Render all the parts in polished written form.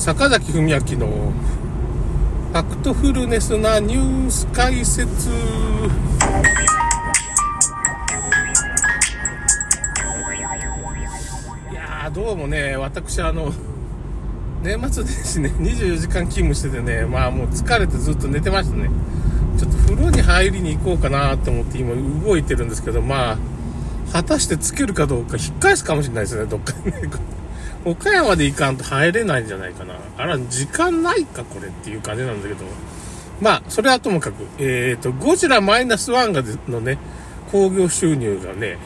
坂崎文明のファクトフルネスなニュース解説。いやー、どうもね、私年末ですね、24時間勤務しててね、まあもう疲れてずっと寝てましたね。ちょっと風呂に入りに行こうかなと思って今動いてるんですけど、まあ果たしてつけるかどうか引っ返すかもしれないですね、どっかにね。岡山で行かんと入れないんじゃないかな。あら、時間ないかこれっていう感じなんだけど、まあそれはともかく、ゴジラマイナス1がのね、興行収入がね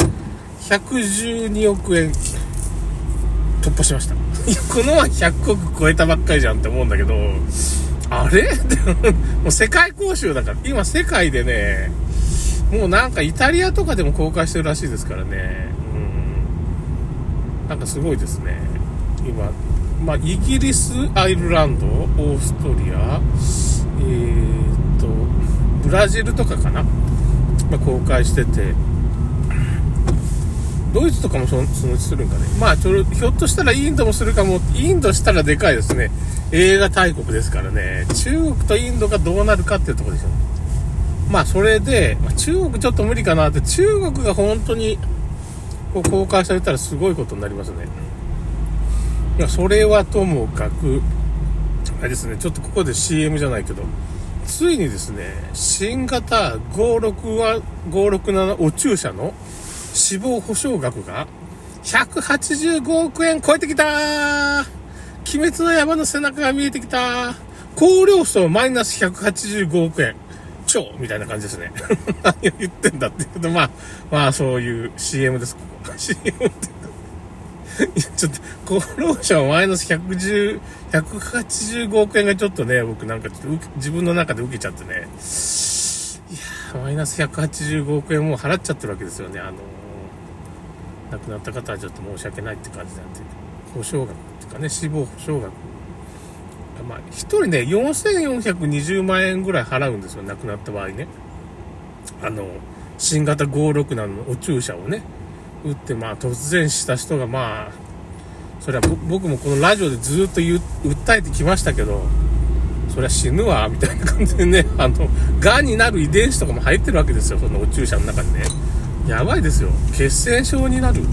112億円突破しました。このは100億超えたばっかりじゃんって思うんだけど、あれもう世界興収だから、今世界でね、もうなんかイタリアとかでも公開してるらしいですからね。なんかすごいですね。今、まあイギリス、アイルランド、オーストリア、ブラジルとかかな、まあ、公開してて、ドイツとかもそのうちするんかね。まあひょっとしたらインドもするかも。インドしたらでかいですね。映画大国ですからね。中国とインドがどうなるかっていうところでしょう。まあそれで、中国ちょっと無理かなって。中国が本当に公開されたらすごいことになりますね。いや、それはともかくあれですね。ちょっとここで CM じゃないけど、ついにですね、新型567お注射の死亡保障額が185億円超えてきたー。鬼滅の山の背中が見えてきたー。光量層マイナス185億円超みたいな感じですね。何を言ってんだっていうと、まあそういう CM です。CM ってちょっと厚労省マイナス185億円がちょっとね、僕なんかちょっと自分の中で受けちゃってね、いやマイナス185億円もう払っちゃってるわけですよね。亡くなった方はちょっと申し訳ないって感じなんで、保証額っていうかね、死亡保証額、まあ一人ね4420万円ぐらい払うんですよ、亡くなった場合ね。新型567のお注射をね打って、まあ突然した人が、まあそれは僕もこのラジオでずっと訴えてきましたけど、そりゃ死ぬわみたいな感じでね、がんになる遺伝子とかも入ってるわけですよ、そのお注射の中にね。やばいですよ、血栓症になる、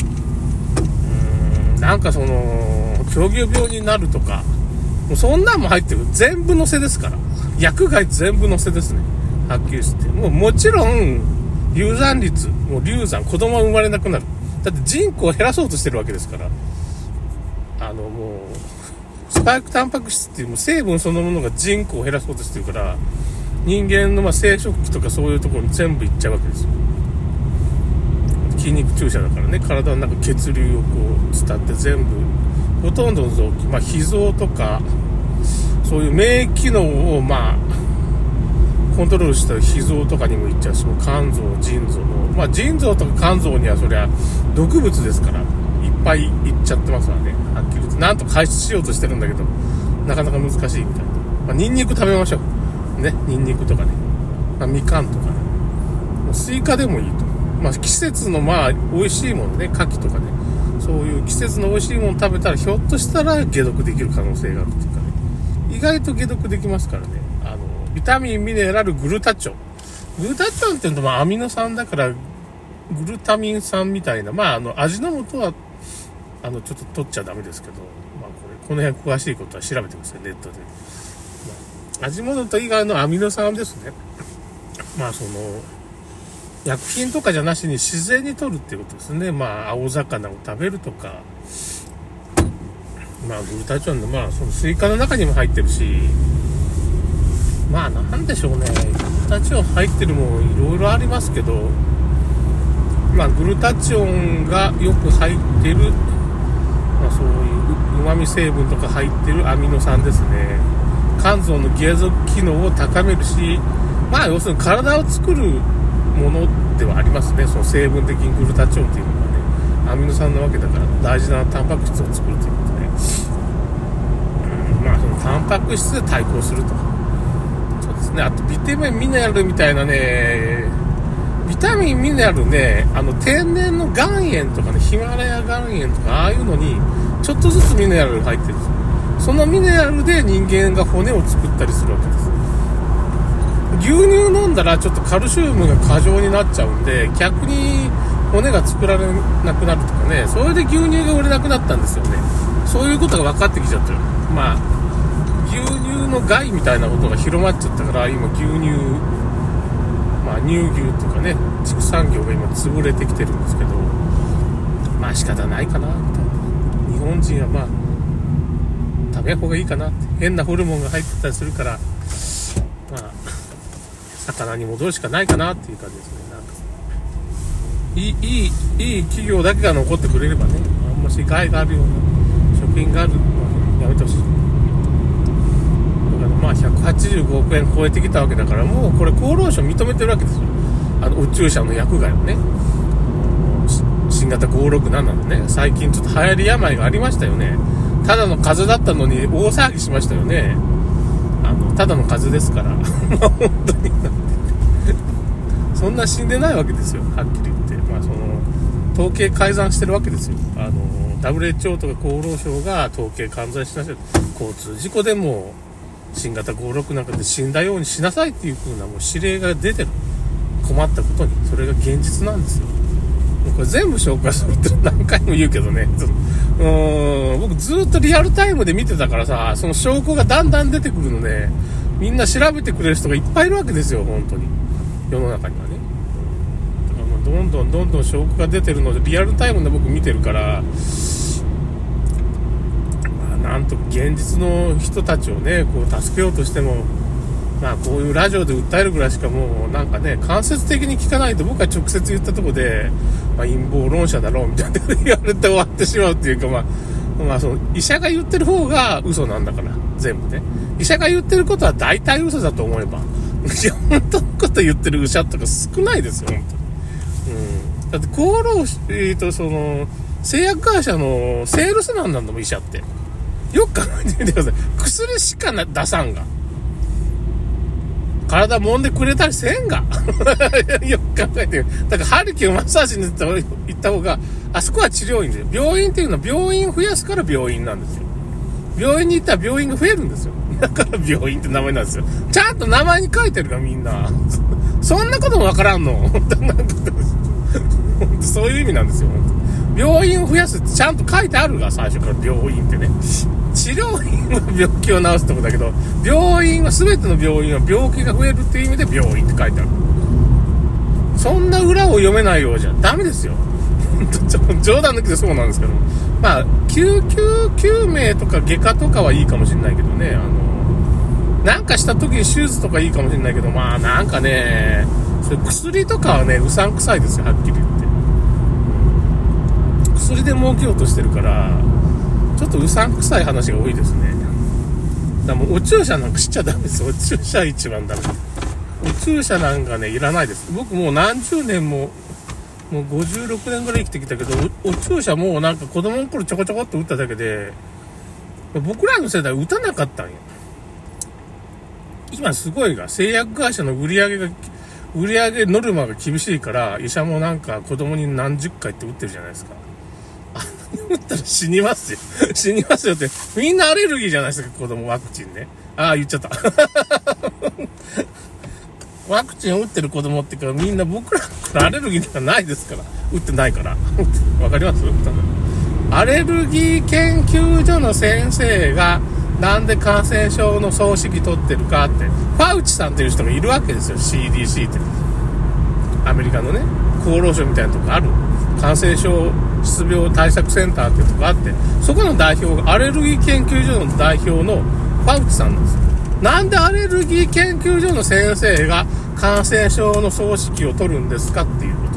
なんかその狂牛病になるとか、もうそんなんも入ってる。全部乗せですから、薬害全部乗せですね、はっきりして。もちろん流産率も流産、子供は生まれなくなる。だって人口を減らそうとしてるわけですから、もうスパイクタンパク質っていうもう成分そのものが人口を減らそうとしてるから、人間の生殖器とかそういうところに全部いっちゃうわけですよ。筋肉注射だからね、体の中血流をこう伝って全部ほとんどの臓器、まあ脾臓とかそういう免疫機能をまあコントロールした脾臓とかにもいっちゃうし、肝臓、腎臓の、まあ腎臓とか肝臓にはそりゃ毒物ですからいっぱいいっちゃってますわね、はっきり言って。なんとか排出しようとしてるんだけどなかなか難しいみたいな。まあニンニク食べましょうね、ニンニクとかね、まあ、みかんとかね、もうスイカでもいいと。まあ季節のまあ美味しいものね、牡蠣とかね、そういう季節の美味しいもの食べたらひょっとしたら解毒できる可能性があるっていうかね、意外と解毒できますからね。ビタミンミネラルグルタチョンっていうと、まあアミノ酸だからグルタミン酸みたいな、まあ味の素はちょっと取っちゃダメですけど、まあこの辺詳しいことは調べてください、ネットで。まあ、味の素以外のアミノ酸ですね。まあ薬品とかじゃなしに自然に摂るっていうことですね。まあ青魚を食べるとか、まあグルタチョンのまあそのスイカの中にも入ってるし、まあなんでしょうね、グルタチオン入ってるもんいろいろありますけど、まあグルタチオンがよく入ってる、まあそういう旨味成分とか入ってるアミノ酸ですね。肝臓の継続機能を高めるし、まあ要するに体を作るものではありますね。その成分的にグルタチオンっていうのはね、アミノ酸なわけだから大事なタンパク質を作るということで、まあそのタンパク質で対抗すると。あとビタミンミネラルみたいなね、ビタミンミネラルね、天然の岩塩とかね、ヒマラヤ岩塩とかああいうのにちょっとずつミネラルが入ってるんですよ。 そのミネラルで人間が骨を作ったりするわけです。牛乳飲んだらちょっとカルシウムが過剰になっちゃうんで、逆に骨が作られなくなるとかね、それで牛乳が売れなくなったんですよね。そういうことが分かってきちゃってる。まあ牛乳の害みたいなことが広まっちゃったから、今牛乳、まあ乳牛とかね、畜産業が今潰れてきてるんですけど、まあ仕方ないかなみたいな。日本人はまあ食べた方がいいかなって、変なホルモンが入ってたりするから、まあ魚に戻るしかないかなっていう感じですね。なんかいい企業だけが残ってくれればね、あんまし害があるような食品があるのはやめてほしい。だからまあ185億円超えてきたわけだから、もうこれ厚労省認めてるわけですよ。宇宙車の薬害をね、新型567のね、最近ちょっと流行り病がありましたよね。ただの風邪だったのに大騒ぎしましたよね。ただの風邪ですから本当にそんな死んでないわけですよ、はっきり言って。まあその統計改ざんしてるわけですよ。WHO とか厚労省が統計改ざんしなさい、交通事故でも新型56なんかで死んだようにしなさいっていう風なもう指令が出てる。困ったことにそれが現実なんですよ。これ全部紹介するって何回も言うけどね、僕ずっとリアルタイムで見てたからさ、その証拠がだんだん出てくるので、みんな調べてくれる人がいっぱいいるわけですよ、本当に世の中にはね。だからまあどんどん証拠が出てるのでリアルタイムで僕見てるから、まあ、なんと現実の人たちをねこう助けようとしても、まあこういうラジオで訴えるぐらいしかもうなんかね間接的に聞かないと、僕は直接言ったところで、まあ、陰謀論者だろうみたいな言われて終わってしまうっていうか、まあその医者が言ってる方が嘘なんだから、全部ね医者が言ってることは大体嘘だと思えば、いや本当のこと言ってる医者とか少ないですよ本当に。だって厚労その製薬会社のセールスマンなんだもん医者って。よく考えてみてください。薬しか出さんが体揉んでくれたりせんがよく考えてる。だからハリキューマッサージに行った方が、あそこは治療院で、病院っていうのは病院を増やすから病院なんですよ。病院に行ったら病院が増えるんですよ。だから病院って名前なんですよ。ちゃんと名前に書いてるからみんなそんなこともわからんのそういう意味なんですよ。病院を増やすってちゃんと書いてあるが、最初から病院ってね。治療院は病気を治すとこだけど、病院は全ての病院は病気が増えるっていう意味で病院って書いてある。そんな裏を読めないようじゃダメですよ。冗談抜きでそうなんですけど、まあ救急救命とか外科とかはいいかもしれないけどね、なんかした時に手術とかいいかもしれないけど、まあなんかね、それ薬とかはねうさんくさいですよ、はっきり言って。薬で儲けようとしてるからちょっとうさんくさい話が多いですね。だからもうお注射なんかしちゃダメですよ。お注射一番ダメ。お注射なんかねいらないです。僕もう何十年もう56年ぐらい生きてきたけど、お注射もうなんか子供の頃ちょこちょこっと打っただけで、僕らの世代打たなかったんよ。今すごいが製薬会社の売り上げノルマが厳しいから、医者もなんか子供に何十回って打ってるじゃないですか。打ったら死にますよ死にますよって、みんなアレルギーじゃないですか、子供ワクチンね。言っちゃったワクチンを打ってる子供ってか、みんな僕らからアレルギーとかないですから、打ってないからわかります？アレルギー研究所の先生がなんで感染症の総指揮取ってるかって、ファウチさんっていう人がいるわけですよ。 CDC ってアメリカのね厚労省みたいなとこある感染症失病対策センターっていうとこあって、そこの代表がアレルギー研究所の代表のファウチさんなんですよ。なんでアレルギー研究所の先生が感染症の総指揮を取るんですかっていうこと。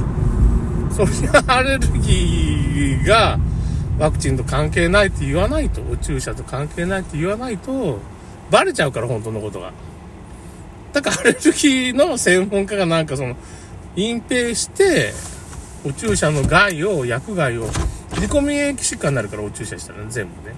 それがアレルギーがワクチンと関係ないって言わないと、お注射と関係ないって言わないとバレちゃうから、本当のことが。だからアレルギーの専門家がなんかその隠蔽してお注射の害を、薬害を、自己免疫疾患になるから、お注射したらね、全部ね。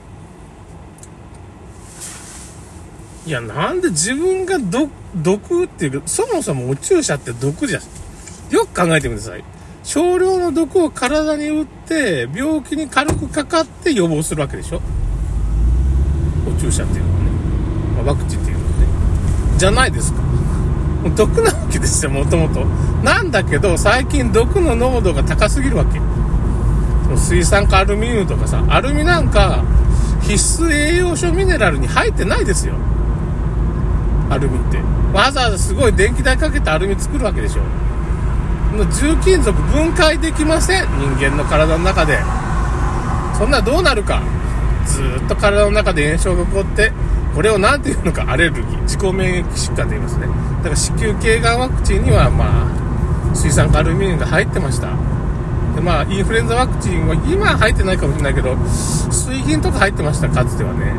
いや、なんで自分が毒っていうか、そもそもお注射って毒じゃん。よく考えてみてください。少量の毒を体に打って、病気に軽くかかって予防するわけでしょ。お注注射っていうのはね、ワクチンっていうのはね、じゃないですか。毒なわけですよ、もともと。なんだけど、最近毒の濃度が高すぎるわけ。水酸化アルミニウムとかさ、アルミなんか必須栄養素ミネラルに入ってないですよ。アルミって。わざわざすごい電気代かけてアルミ作るわけでしょ。重金属分解できません、人間の体の中で。そんなどうなるか。ずーっと体の中で炎症が起こって、これを何て言うのか、アレルギー、自己免疫疾患と言いますね。だから子宮頸がんワクチンには水酸化アルミニウムが入ってました。でインフルエンザワクチンは今は入ってないかもしれないけど、水銀とか入ってました、かつてはね。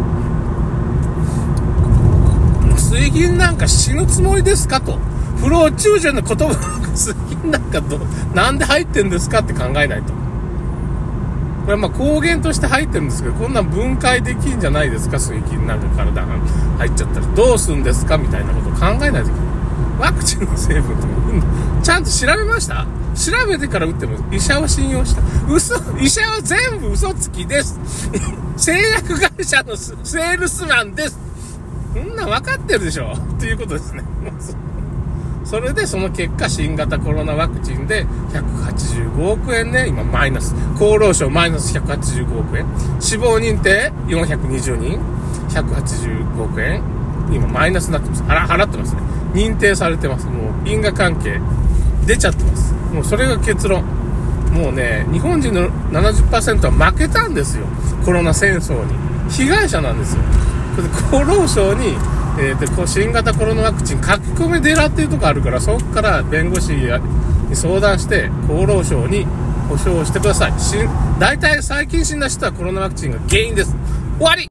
水銀なんか死ぬつもりですかと。不老中将の言葉、水銀なんかなんで入ってんですかって考えないと。これは抗原として入ってるんですけど、こんなん分解できんじゃないですか、水銀なんか体が入っちゃったらどうするんですかみたいなことを考えないといけない。ワクチンの成分とかちゃんと調べました？調べてから打っても医者を信用した。医者は全部嘘つきです。製薬会社のセールスマンです。そんなん分かってるでしょということですね。それでその結果、新型コロナワクチンで185億円ね、今マイナス。厚労省マイナス185億円。死亡認定420人、185億円。今マイナスになってます。払ってますね。認定されてます。もう因果関係出ちゃってます。もうそれが結論。もうね、日本人の 70% は負けたんですよ。コロナ戦争に。被害者なんですよ。厚労省に新型コロナワクチン書き込み寺っていうとこあるから、そこから弁護士に相談して厚労省に保証をしてください。大体最近死んだ人はコロナワクチンが原因です。終わり。